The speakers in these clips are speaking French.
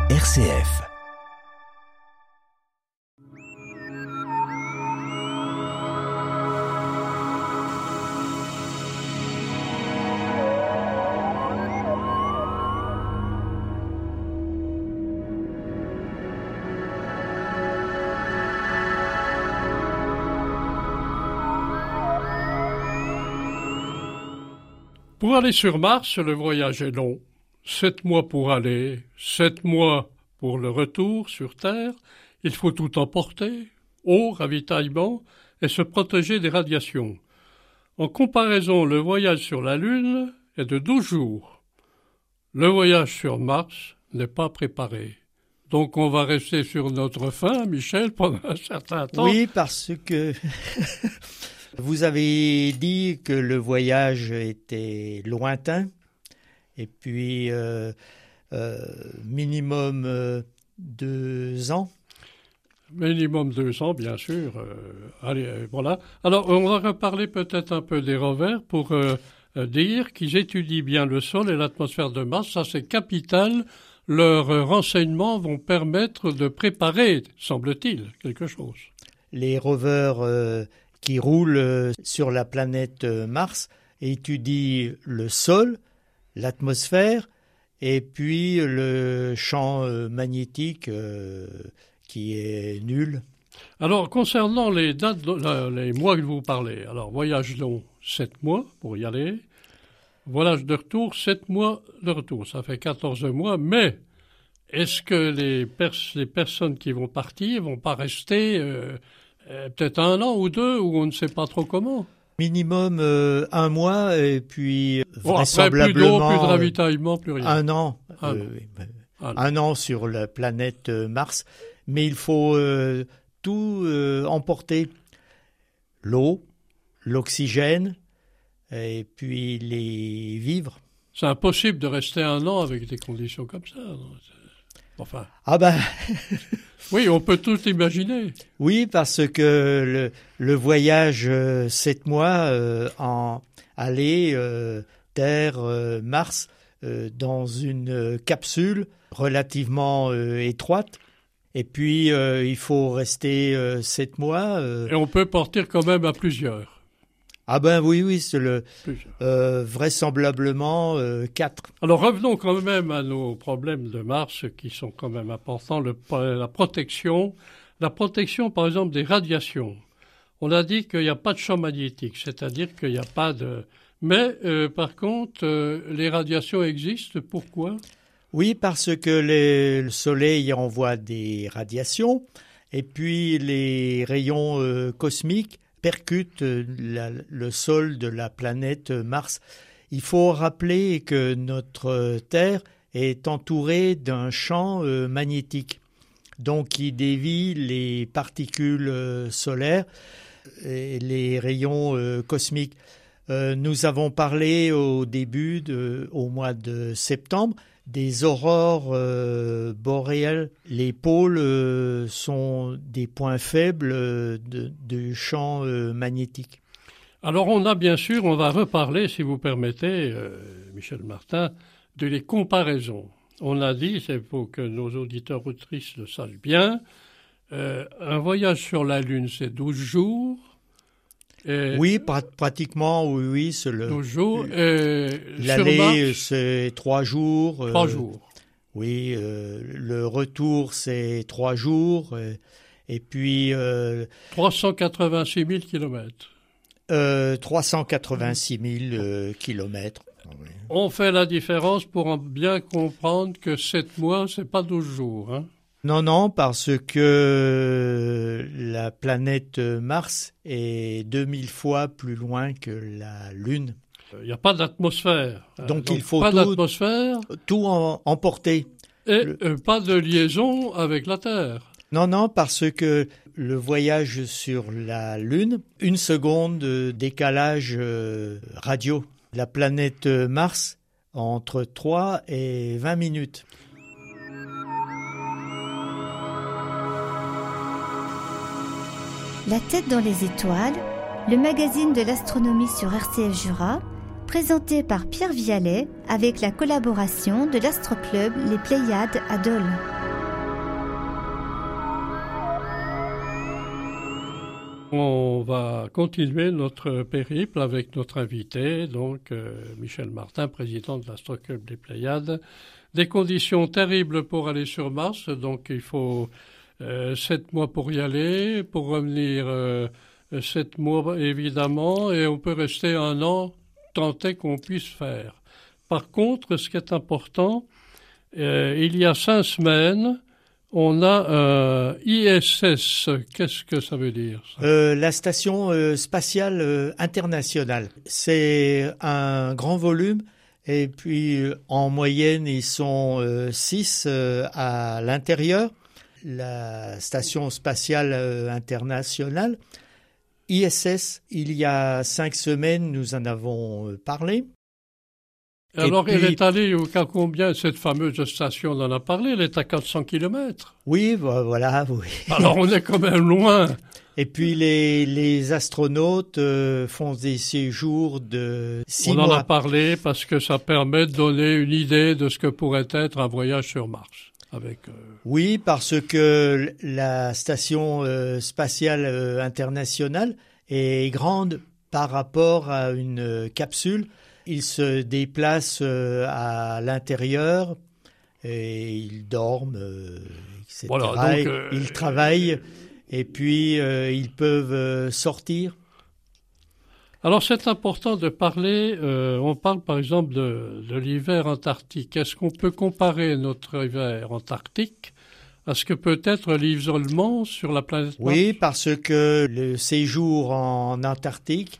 RCF. Pour aller sur Mars, le voyage est long. 7 mois pour aller, 7 mois pour le retour sur Terre. Il faut tout emporter, eau, ravitaillement et se protéger des radiations. En comparaison, le voyage sur la Lune est de 12 jours. Le voyage sur Mars n'est pas préparé. Donc on va rester sur notre faim, Michel, pendant un certain temps. Oui, parce que vous avez dit que le voyage était lointain, et puis minimum 2 ans. Minimum 2 ans, bien sûr. Voilà. Alors, on va reparler peut-être un peu des rovers pour dire qu'ils étudient bien le sol et l'atmosphère de Mars. Ça, c'est capital. Leurs renseignements vont permettre de préparer, semble-t-il, quelque chose. Les rovers qui roulent sur la planète Mars étudient le sol, l'atmosphère et puis le champ magnétique qui est nul. Alors, concernant les dates, les mois que vous parlez, alors voyage long, 7 mois pour y aller, voyage de retour, 7 mois de retour, ça fait 14 mois, mais est-ce que les personnes qui vont partir vont pas rester peut-être 1 an ou 2, ou on ne sait pas trop comment? Minimum 1 mois et puis vraisemblablement... Après, plus d'eau, plus de ravitaillement, plus rien. 1 an. 1 an sur la planète Mars. Mais il faut tout emporter. L'eau, l'oxygène et puis les vivres. C'est impossible de rester 1 an avec des conditions comme ça. Enfin... Ah ben... Oui, on peut tout imaginer. Oui, parce que le voyage 7 mois en aller Terre, Mars, dans une capsule relativement étroite. Et puis, il faut rester 7 mois. Et on peut partir quand même à plusieurs. Ah ben oui, c'est vraisemblablement 4. Alors revenons quand même à nos problèmes de Mars qui sont quand même importants. La protection par exemple des radiations. On a dit qu'il n'y a pas de champ magnétique, c'est-à-dire qu'il n'y a pas de... Mais par contre, les radiations existent. Pourquoi ? Oui, parce que le Soleil envoie des radiations et puis les rayons cosmiques percute le sol de la planète Mars. Il faut rappeler que notre Terre est entourée d'un champ magnétique, donc qui dévie les particules solaires et les rayons cosmiques. Nous avons parlé au mois de septembre, des aurores boréales. Les pôles sont des points faibles du champ magnétique. Alors on va reparler, si vous permettez, Michel Martin, de les comparaisons. On a dit, c'est pour que nos auditeurs auditrices le sachent bien, un voyage sur la Lune, c'est 12 jours. Oui, pratiquement, oui, c'est 12 jours. L'aller, c'est 3 jours. 3 jours. Oui, le retour, c'est 3 jours. Et puis... 386 000 kilomètres. 386 000 kilomètres. Oui. On fait la différence pour bien comprendre que 7 mois, c'est pas 12 jours, hein. Non, parce que la planète Mars est 2000 fois plus loin que la Lune. Il n'y a pas d'atmosphère. Donc il faut tout emporter. Et pas de liaison avec la Terre. Non, parce que le voyage sur la Lune, 1 seconde de décalage radio. La planète Mars, entre 3 et 20 minutes. La tête dans les étoiles, le magazine de l'astronomie sur RCF Jura, présenté par Pierre Vialet avec la collaboration de l'Astroclub Les Pléiades à Dole. On va continuer notre périple avec notre invité, donc Michel Martin, président de l'Astroclub des Pléiades. Des conditions terribles pour aller sur Mars, donc il faut 7 mois pour y aller, pour revenir 7 mois évidemment, et on peut rester 1 an, tant est qu'on puisse faire. Par contre, ce qui est important, il y a 5 semaines, on a ISS. Qu'est-ce que ça veut dire ça? La Station spatiale internationale. C'est un grand volume et puis en moyenne ils sont 6 à l'intérieur. La Station spatiale internationale, ISS, il y a 5 semaines nous en avons parlé. Alors, elle est allée à combien, cette fameuse station, on en a parlé, elle est à 400 km. Oui, voilà, oui. Alors, on est quand même loin. Et puis, les astronautes font des séjours de 6 mois. On en a parlé parce que ça permet de donner une idée de ce que pourrait être un voyage sur Mars. Oui, parce que la Station spatiale internationale est grande par rapport à une capsule. Ils se déplacent à l'intérieur et ils dorment, etc. Voilà, donc, ils travaillent et puis ils peuvent sortir. Alors c'est important de parler, on parle par exemple de l'hiver antarctique. Est-ce qu'on peut comparer notre hiver antarctique à ce que peut être l'isolement sur la planète Mars? Oui, parce que le séjour en Antarctique,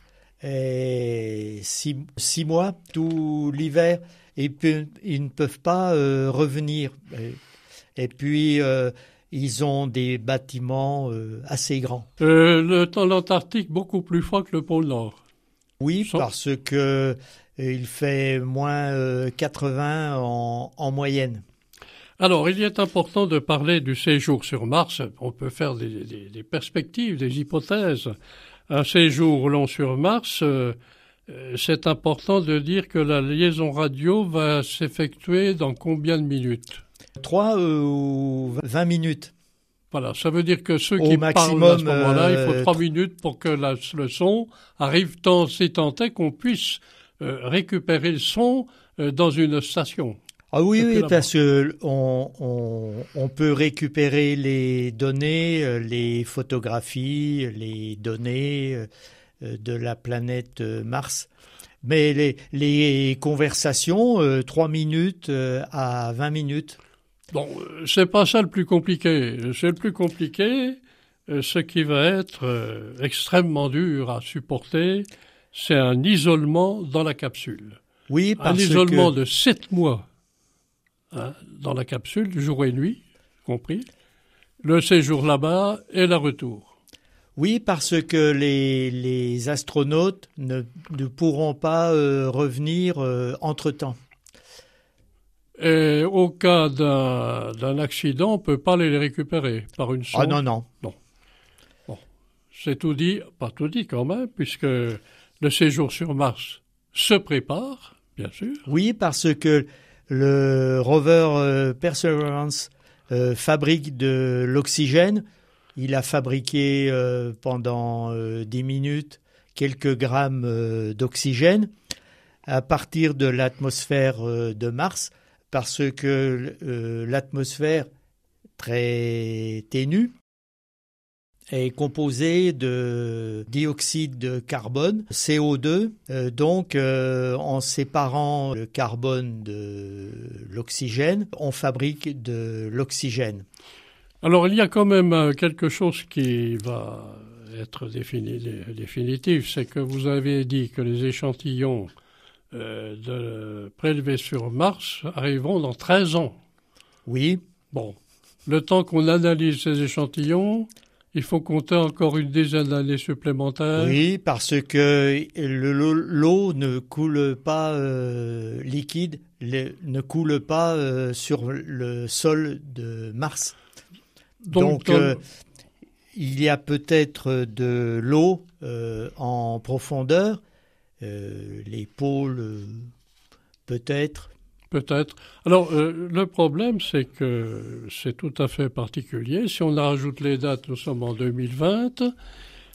6 mois, tout l'hiver, et ils ne peuvent pas revenir. Et puis, ils ont des bâtiments assez grands. L'Antarctique, beaucoup plus froid que le pôle Nord. Oui, parce que il fait moins 80 en moyenne. Alors, il est important de parler du séjour sur Mars. On peut faire des perspectives, des hypothèses. Un séjour long sur Mars, c'est important de dire que la liaison radio va s'effectuer dans combien de minutes? 3 ou 20 minutes. Voilà, ça veut dire que ceux qui parlent à ce moment-là, il faut 3 minutes pour que le son arrive si tant est qu'on puisse récupérer le son dans une station. Ah oui, parce que on peut récupérer les données, les photographies, les données de la planète Mars. Mais les conversations, 3 minutes à 20 minutes. Bon, c'est pas ça le plus compliqué. C'est le plus compliqué, ce qui va être extrêmement dur à supporter, c'est un isolement dans la capsule. Oui, parce un isolement de 7 mois. Dans la capsule, jour et nuit, compris, le séjour là-bas et le retour. Oui, parce que les astronautes ne pourront pas revenir entre-temps. Et au cas d'un accident, on ne peut pas les récupérer par une sonde. Ah non. Bon, c'est tout dit, pas tout dit quand même, puisque le séjour sur Mars se prépare, bien sûr. Oui, parce que le rover Perseverance fabrique de l'oxygène. Il a fabriqué pendant 10 minutes quelques grammes d'oxygène à partir de l'atmosphère de Mars, parce que l'atmosphère très ténue est composée de dioxyde de carbone, CO2. Donc, en séparant le carbone de l'oxygène, on fabrique de l'oxygène. Alors, il y a quand même quelque chose qui va être définitif, c'est que vous avez dit que les échantillons prélevés sur Mars arriveront dans 13 ans. Oui. Bon, le temps qu'on analyse ces échantillons, il faut compter encore une dizaine d'années supplémentaires. Oui, parce que l'eau ne coule pas liquide, ne coule pas sur le sol de Mars. Donc il y a peut-être de l'eau en profondeur, les pôles peut-être. Peut-être. Alors, le problème, c'est que c'est tout à fait particulier. Si on rajoute les dates, nous sommes en 2020.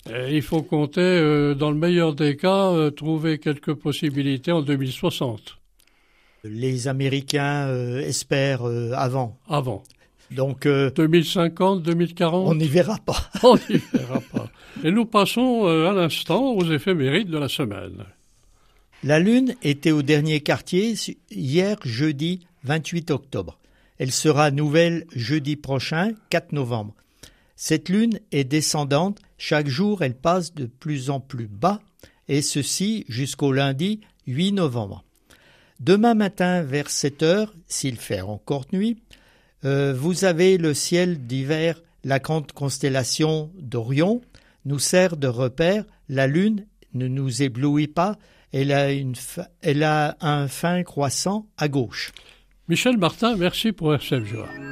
Et il faut compter, dans le meilleur des cas, trouver quelques possibilités en 2060. Les Américains espèrent avant. Avant. Donc 2050, 2040. on n'y verra pas. On n'y verra pas. Et nous passons à l'instant aux éphémérides de la semaine. La Lune était au dernier quartier hier jeudi 28 octobre. Elle sera nouvelle jeudi prochain, 4 novembre. Cette Lune est descendante. Chaque jour, elle passe de plus en plus bas, et ceci jusqu'au lundi 8 novembre. Demain matin, vers 7 heures, s'il fait encore nuit, vous avez le ciel d'hiver. La grande constellation d'Orion nous sert de repère. La Lune ne nous éblouit pas. Elle a un fin croissant à gauche. Michel Martin, merci pour RCF Jura.